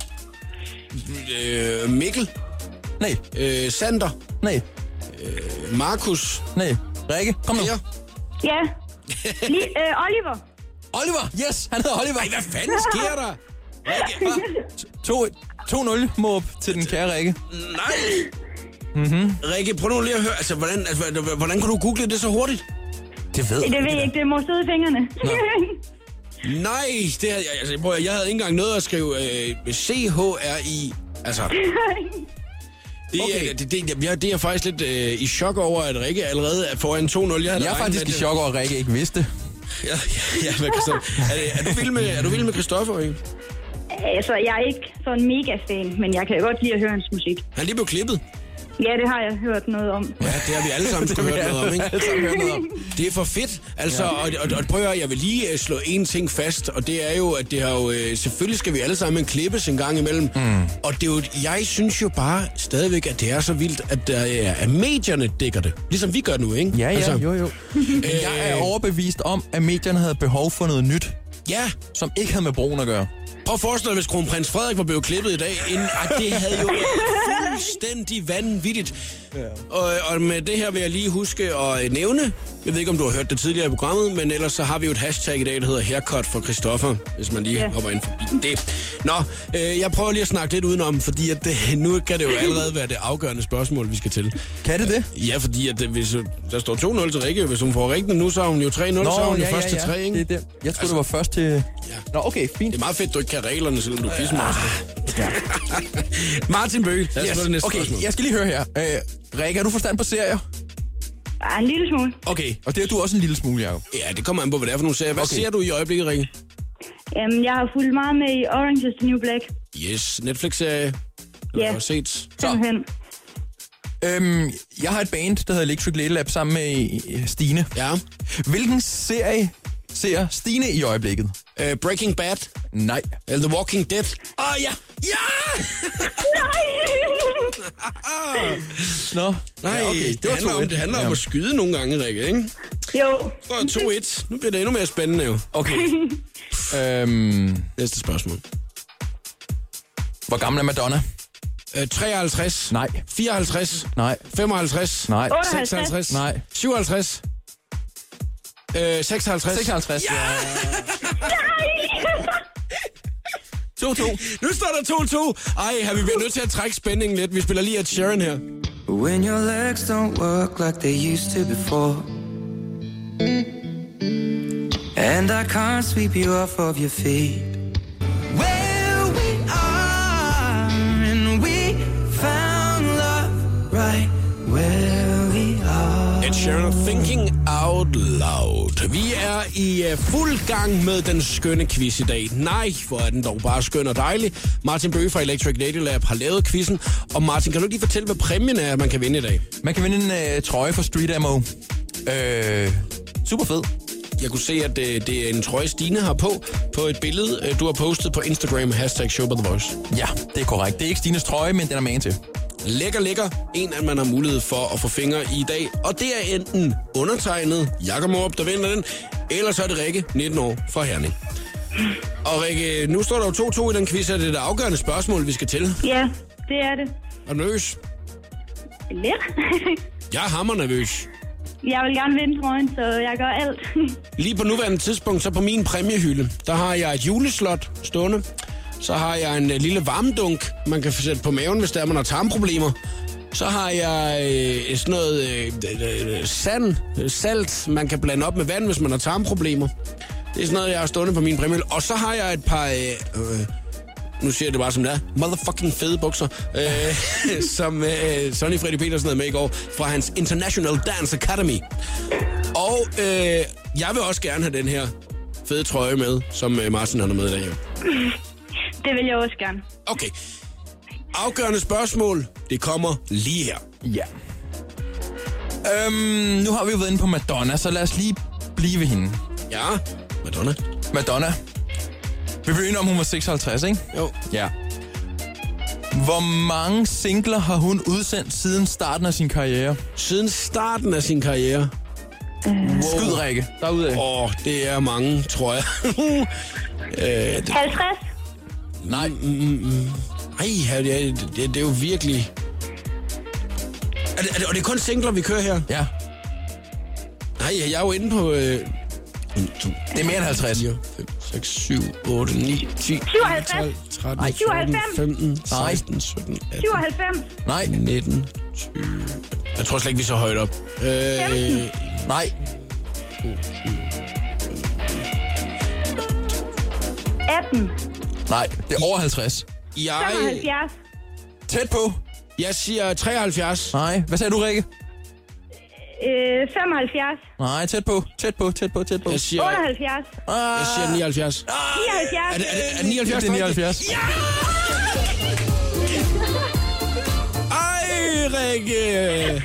Øh, Mikkel. Nej, Øh, Sander. nej, Markus. nej. Rikke, kom nu. Per. Ja. Lige, øh, Oliver. Oliver, yes, han hedder Oliver. Ej, hvad fanden sker der? Rikke, to nul måb til den kære Rikke. nej. Mm-hmm. Rikke, prøv nu lige at høre, altså, hvordan, altså, hvordan kan du google det så hurtigt? Det ved Det ved jeg ikke, det må sidde i fingrene. Nej, det havde, jeg, altså, prøv, at- jeg havde ikke engang noget at skrive øh, C H R I. Altså, det, Okay. okay. det, det, jeg, det er jeg faktisk lidt øh, i chok over, at Rikke allerede er foran to nul. Jeg, havde Jeg er regnet faktisk i med det. chok over, at Rikke ikke vidste. Ja, ja, ja, men Christoffer, er, det- er du vild med, er du vild med Christoffer, ikke? Altså, jeg er ikke sådan mega fan, men jeg kan godt lide at høre hans musik. Han er lige blevet klippet. Ja, det har jeg hørt noget om. Ja, det har vi alle sammen skulle hørt noget om, ikke? Alle sammen hørt noget om. Det er for fedt. Altså, ja. og, og, og prøv at høre, jeg vil lige uh, slå en ting fast, og det er jo, at det har jo, uh, selvfølgelig skal vi alle sammen klippes en gang imellem. Mm. Og det er jo, jeg synes jo bare stadigvæk, at det er så vildt, at, uh, at medierne dækker det. Ligesom vi gør nu, ikke? Ja, ja, altså, jo, jo. Jeg er overbevist om, at medierne havde behov for noget nyt, Ja, som ikke havde med broen at gøre. prøv at forestille dig, hvis kronprins Frederik var blevet klippet i dag, inden, at det havde jo været fuldstændig vanvittigt. Ja. Og, og med det her vil jeg lige huske at nævne, jeg ved ikke, om du har hørt det tidligere i programmet, men ellers så har vi jo et hashtag i dag, der hedder haircut for Christoffer, hvis man lige Ja. hopper ind forbi det. Nå, øh, jeg prøver lige at snakke lidt udenom, fordi at det, nu kan det jo allerede være det afgørende spørgsmål, vi skal til. Kan det det? Ja, fordi at det, hvis øh, der står to nul til Rikke, hvis hun får rigtigt nu, så er hun jo tre nul, så er hun jo først til tre, ikke? Det er det. Jeg troede, det var først til... Ja. Nå, okay, fint. Det er meget fedt, du ikke kan reglerne, selvom du er quizmaster. Ja. Martin Bøge, lad os få det næste Okay, spørgsmål. jeg skal lige høre her. Øh, Rikke, har du forstand på serier? Ja, en lille smule. Okay. Og det er du også en lille smule, Jacob. Ja, det kommer an på, hvad det er for nogle serier. Hvad Okay. ser du i øjeblikket, Rikke? Jamen, jeg har fulgt meget med i Orange is the New Black. Yes, Netflix-serie. Ja. Jeg har set. Simpelthen. Øhm, jeg har et band, der hedder Electric Little Lab, sammen med øh, Stine. Ja. Hvilken serie ser Stine i øjeblikket? Uh, Breaking Bad. Nej. Eller The Walking Dead. Åh, oh, ja! Ja! Nå. Nej, ja, okay. det, det, handler om, det handler om at skyde nogle gange, Rikke, ikke? Jo. Så to et. Nu bliver det endnu mere spændende, jo. Okay. øhm, Næste spørgsmål. hvor gammel er Madonna? Uh, treoghalvtreds. Nej. fireoghalvtreds. Nej. femoghalvtreds. Nej. seksoghalvtreds. Nej. syvoghalvtreds. Øh, seksoghalvtreds. seksoghalvtreds. Ja. to to. Nu står der to to. Ej, her vi bliver nødt til at trække spændingen lidt. Vi spiller lige Ed Sheeran her. When your legs don't work like they used to before, and I can't sweep you off of your feet. Where we are, and we found love right where we are. Ed Sheeran, Thinking Out Loud. Vi er i uh, fuld gang med den skønne quiz i dag. Nej, hvor er den dog bare skøn og dejlig. Martin Bøge fra Electric Little Lab har lavet quizzen. Og Martin, kan du lige fortælle, hvad præmien er, man kan vinde i dag? Man kan vinde en uh, trøje fra Street Ammo. Øh, super fed. Jeg kunne se, at det, det er en trøje, Stine har på, på et billede, du har postet på Instagram, hashtag Show by the Voice. Ja, det er korrekt. Det er ikke Stines trøje, men den er man til. Lækker, lækker. En, at man har mulighed for at få fingre i dag. Og det er enten undertegnet Jakob Morup, der vinder den, eller så er det Rikke, nitten år, fra Herning. Og Rikke, nu står der jo to to i den quiz, og det er det afgørende spørgsmål, vi skal til. Ja, det er det. Er du nervøs? Lidt. Jeg er hammer nervøs. Jeg vil gerne vinde trøjen, så jeg gør alt. Lige på nuværende tidspunkt, så på min præmiehylde, der har jeg et juleslot stående. Så har jeg en lille varmedunk, man kan sætte på maven, hvis der er, man har tarmproblemer. Så har jeg øh, sådan noget øh, sand, salt, man kan blande op med vand, hvis man har tarmproblemer. Det er sådan noget, jeg har stående på min præmiehylde. Og så har jeg et par... Øh, nu siger jeg det bare som det er, motherfucking fede bukser, øh, som øh, Sonny Freddy Petersen havde med i går, fra hans International Dance Academy. Og øh, jeg vil også gerne have den her fede trøje med, som øh, Martin har med i dag. Det vil jeg også gerne. Okay. Afgørende spørgsmål, det kommer lige her. Ja. Øhm, nu har vi jo været inde på Madonna, så lad os lige blive ved hende. Ja, Madonna. Madonna. Vi blev enige om, hun var seksoghalvtreds, ikke? Jo. Ja. Hvor mange singler har hun udsendt siden starten af sin karriere? Siden starten af sin karriere? Wow. Skyd, Rikke. Derudad. Åh, oh, det er mange, tror jeg. øh, det... halvtreds? Nej. Mm, mm, mm. Ej, det, det, det er jo virkelig... Er det, er det, og det er kun singler, vi kører her? Ja. Nej, jeg er jo inde på... Øh... Det er mere end halvtreds. fire, fem, seks, syv, otte, ni, ti, tolv, tretten, fjorten, femten, seksten, sytten, atten, syvoghalvfems. Nej. nitten, tyve... Jeg tror slet ikke, vi er så højt op. Øh... Nej. atten. Nej, det er over halvtreds. Jeg... femoghalvfjerds. Tæt på. Jeg siger treoghalvfjerds. Nej. Hvad sagde du, Rikke? Øh, femoghalvfjerds. Nej, tæt på. Tæt på, tæt på, tæt på. Jeg siger... otteoghalvfjerds. Jeg siger nioghalvfjerds. nioghalvfjerds. Er det, er det, er det nioghalvfjerds? Det er nioghalvfjerds. Ja! Ej, Rikke!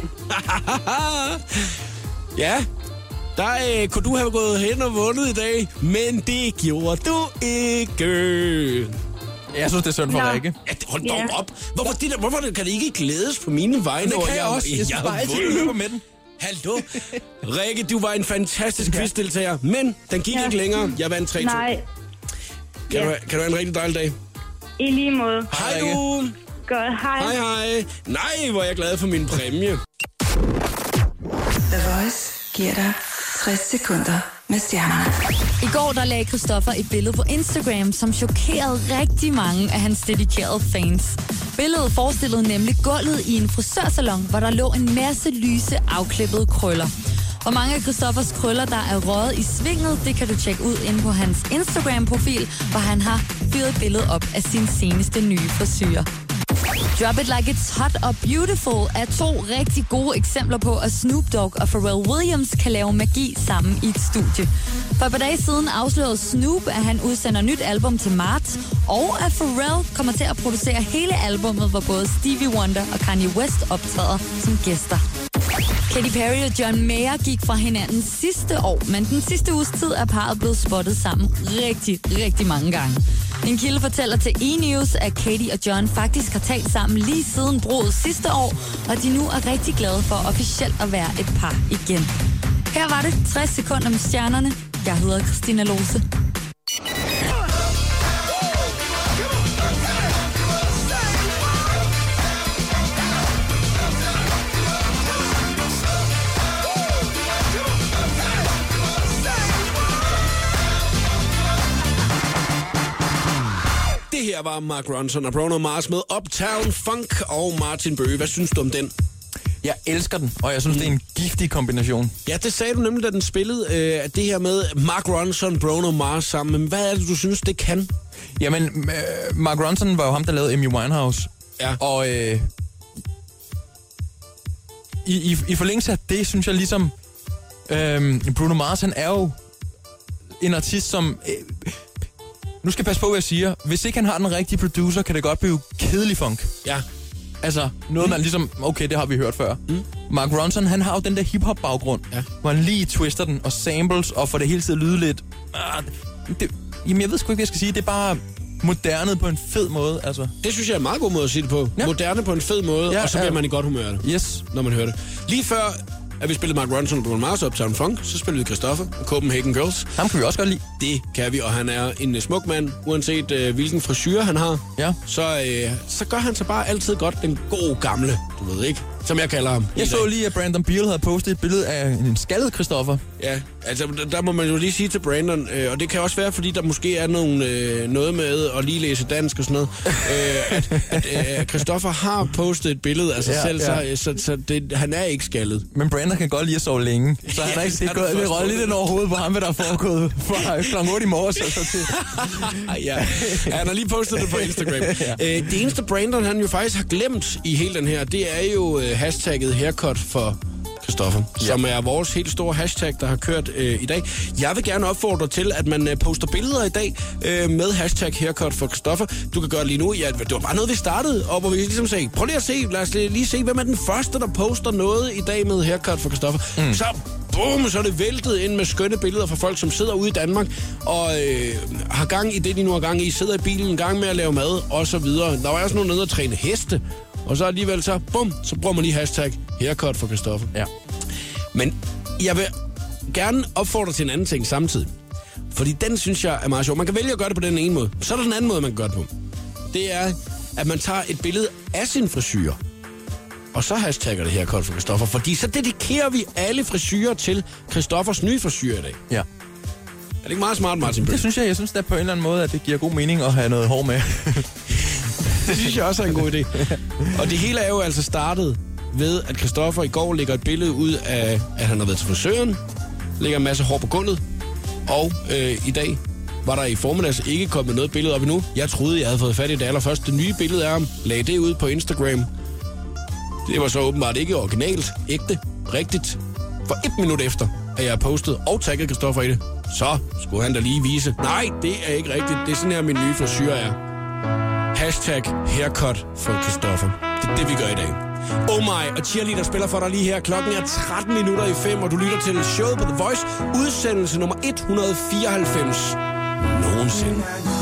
Ja, der øh, kunne du have gået hen og vundet i dag, men det gjorde du ikke. Jeg synes, det er synd for Nå. Rikke. Ja, hold dog op. Hvorfor, det der, hvorfor kan det ikke glædes på mine vegne? Det kan jeg også. Jeg synes bare altid, at løber med den. Hallo. Rikke, du var en fantastisk quizdeltager, men den gik ja. ikke længere. Jeg vandt tre to. Nej. Kan, Ja. du, kan du have en rigtig dejlig dag? I lige måde. Hej du. Godt, hej. Hej hej. Nej, hvor er jeg glad for min præmie. The Voice giver dig tres sekunder med stjernerne. I går der lagde Christoffer et billede på Instagram, som chokerede rigtig mange af hans dedikerede fans. Billedet forestillede nemlig gulvet i en frisørsalon, hvor der lå en masse lyse, afklippede krøller. Hvor mange af Christoffers krøller, der er røget i svinget, det kan du tjekke ud inde på hans Instagram-profil, hvor han har fyret billedet op af sin seneste nye frisyr. Drop It Like It's Hot og Beautiful er to rigtig gode eksempler på, at Snoop Dogg og Pharrell Williams kan lave magi sammen i et studie. For et par dage siden afslørede Snoop, at han udsender nyt album til marts, og at Pharrell kommer til at producere hele albummet, hvor både Stevie Wonder og Kanye West optræder som gæster. Katy Perry og John Mayer gik fra hinanden sidste år, men den sidste uges tid er parret blevet spottet sammen rigtig, rigtig mange gange. En kilde fortæller til E-News, at Katy og John faktisk har talt sammen lige siden bruddet sidste år, og de nu er rigtig glade for officielt at være et par igen. Her var det tres sekunder med stjernerne. Jeg hedder Christina Lose. Det her var Mark Ronson og Bruno Mars med Uptown Funk og Martin Bøge. Hvad synes du om den? Jeg elsker den, og jeg synes, mm. det er en giftig kombination. Ja, det sagde du nemlig, da den spillede, øh, at det her med Mark Ronson, Bruno Mars sammen. Men hvad er det, du synes, det kan? Jamen, øh, Mark Ronson var jo ham, der lavede Amy Winehouse. Ja. Og øh, i, i, i forlængelse af det, synes jeg ligesom, øh, Bruno Mars, han er jo en artist, som... Øh, nu skal jeg passe på, hvad jeg siger. Hvis ikke han har den rigtige producer, kan det godt blive kedelig funk. Ja. Altså, noget, mm. man ligesom... Okay, det har vi hørt før. Mm. Mark Ronson, han har jo den der hip-hop-baggrund, ja. hvor han lige twister den og samples, og får det hele tiden lyde lidt... Ah, det, jamen, jeg ved sgu ikke, hvad jeg skal sige. Det er bare moderne på en fed måde, altså. Det synes jeg er en meget god måde at sige det på. Ja. Moderne på en fed måde, ja, og så bliver ja. man i godt humør af det. Yes. Når man hører det. Lige før... at vi spillede Mark Ronson og Bruno Mars op Uptown Funk, så spillede vi Christoffer og Copenhagen Girls. Ham kan vi også godt lide. Det kan vi, og han er en smuk mand, uanset øh, hvilken frisyr han har. Ja. Så, øh, så gør han sig bare altid godt, den gode gamle, du ved ikke, som jeg kalder ham. Jeg så dag. lige, at Brandon Beal havde postet et billede af en skaldet Christoffer. Ja, altså der må man jo lige sige til Brandon, øh, og det kan også være, fordi der måske er nogle, øh, noget med at lige læse dansk og sådan noget, øh, at, at øh, Christoffer har postet et billede af sig ja, selv, ja. så, så, så det, han er ikke skaldet. Men Brandon kan godt lide at sove længe, så han ja, har ikke set godt. Det røg lidt ind over hovedet på ham, hvad der er foregået fra klokken otte i morges. Og så til. ja. ja, han har lige postet det på Instagram. ja. øh, det eneste Brandon, han jo faktisk har glemt i hele den her, det er jo øh, hashtagget haircut for Christoffer, ja. som er vores helt store hashtag, der har kørt øh, i dag. Jeg vil gerne opfordre til, at man øh, poster billeder i dag øh, med hashtag haircut for Christoffer. Du kan gøre det lige nu. Ja, det var bare noget, vi startede, og hvor vi ligesom sagde, prøv lige at se, lad os lige se, hvem er den første, der poster noget i dag med haircut for Christoffer. Mm. Så boom, så er det væltet ind med skønne billeder fra folk, som sidder ude i Danmark og øh, har gang i det, de nu har gang i. Sidder i bilen en gang med at lave mad, og så videre. Der var også nogen nede at træne heste. Og så alligevel så, bum, så bruger man lige hashtag haircut for Christoffer. Ja. Men jeg vil gerne opfordre til en anden ting samtidig. Fordi den synes jeg er meget sjov. Man kan vælge at gøre det på den ene måde. Så er der den anden måde, man kan gøre det på. Det er, at man tager et billede af sin frisyr. Og så hashtagger det haircut for Christoffer. Fordi så dedikerer vi alle frisyrer til Christoffers nye frisyr i dag. Ja. Er det ikke meget smart, Martin Bøge? Det synes jeg. Jeg synes da på en eller anden måde, at det giver god mening at have noget hår med. Det synes jeg også er en god idé. Og det hele er jo altså startet ved, at Christoffer i går lægger et billede ud af, at han har været til frisøren, lægger en masse hår på gulvet, og øh, i dag var der i formiddags ikke kommet noget billede op endnu. Jeg troede, jeg havde fået fat i det allerførste nye billede af ham, lagde det ud på Instagram. Det var så åbenbart ikke originalt, ægte, rigtigt. For et minut efter, at jeg har postet og tagget Christoffer i det, så skulle han da lige vise, nej, det er ikke rigtigt, det er sådan her, min nye frisyr er. Hashtag haircut for Christoffer. Det er det, vi gør i dag. Oh my, og Cheerleader spiller for dig lige her. Klokken er tretten minutter i fem, og du lytter til showet på The Voice. Udsendelse nummer et hundrede fireoghalvfems. Nogensinde.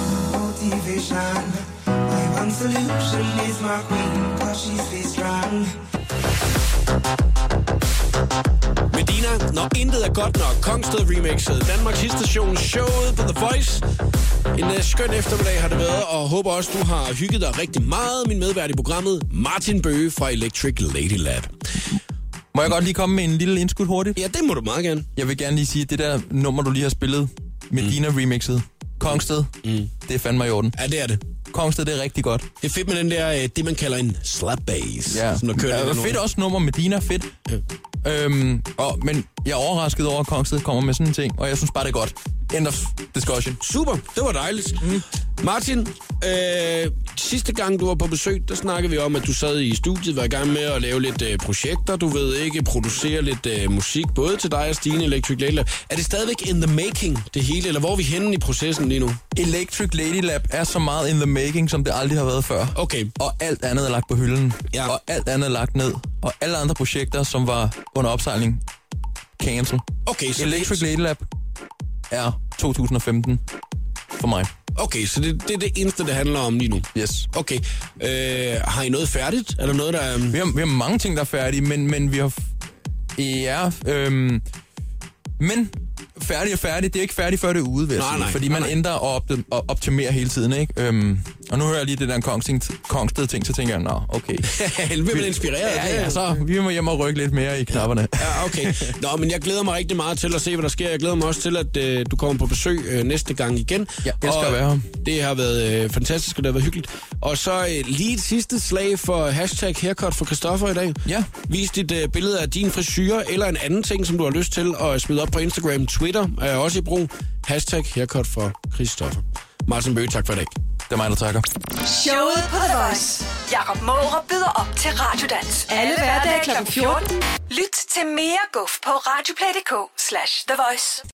Medina, når intet er godt nok. Kongsted remixet. Danmarks hitstation, showet på The Voice. En uh, skøn eftermiddag har det været, og håber også, du har hygget dig rigtig meget. Min medvært i programmet, Martin Bøge fra Electric Lady Lab. Må jeg godt lige komme med en lille indskud hurtigt? Ja, det må du meget gerne. Jeg vil gerne lige sige, at det der nummer, du lige har spillet, Medina mm. remixet, Kongsted, mm. det er fandme i orden. Ja, det er det. Kongsted, det er rigtig godt. Det er fedt med den der, det man kalder en slap bass. Ja, som der kører ja, fedt også nummer, Medina, fedt. Ja. Øhm, og, men jeg er overrasket over, at Kongsted kommer med sådan en ting, og jeg synes bare, det er godt. End of discussion. Super, det var dejligt. Mm. Martin, øh, sidste gang, du var på besøg, der snakkede vi om, at du sad i studiet, var i gang med at lave lidt øh, projekter, du ved ikke, producere lidt øh, musik, både til dig og Stine, Electric Lady Lab. Er det stadigvæk in the making, det hele, eller hvor er vi henne i processen lige nu? Electric Lady Lab er så meget in the making, som det aldrig har været før. Okay. Og alt andet er lagt på hylden. Ja. Og alt andet er lagt ned. Og alle andre projekter, som var under opsejling, cancel. Okay, så Electric det... Lady Lab er to tusind og femten for mig. Okay, så det, det er det eneste, det handler om lige nu? Yes. Okay. Øh, har I noget færdigt? Er der noget, der er... Vi har, vi har mange ting, der er færdige, men, men vi har... Ja, øhm, men færdig og færdig, det er ikke færdigt, før det er ude, vil jeg nej, sige. nej, Fordi nej, man nej. ændrer og, op, og optimerer hele tiden, ikke? Øhm, og nu hører jeg lige det der Kongsted-ting, så tænker jeg, nå, okay. Helvede, vi bliver inspireret. Ja, ja, så vi må hjem og rykke lidt mere i knapperne. Ja, okay. Nå, men jeg glæder mig rigtig meget til at se, hvad der sker. Jeg glæder mig også til, at øh, du kommer på besøg øh, næste gang igen. Ja, jeg skal være her. Det har været øh, fantastisk, og det har været hyggeligt. Og så øh, lige et sidste slag for hashtag haircut for Christoffer i dag. Ja. Vis dit øh, billede af din frisyr, eller en anden ting, som du har lyst til at smide op på Instagram. Twitter er også i brug. Hashtag haircut for Christoffer. Martin Bøge, tak for i dag. Det er mig, der takker. Showet på The Voice. Jakob Mårup byder op til Radiodans. Alle hverdage klokken fjorten. Lyt til mere guf på radioplay punktum d k slash The Voice.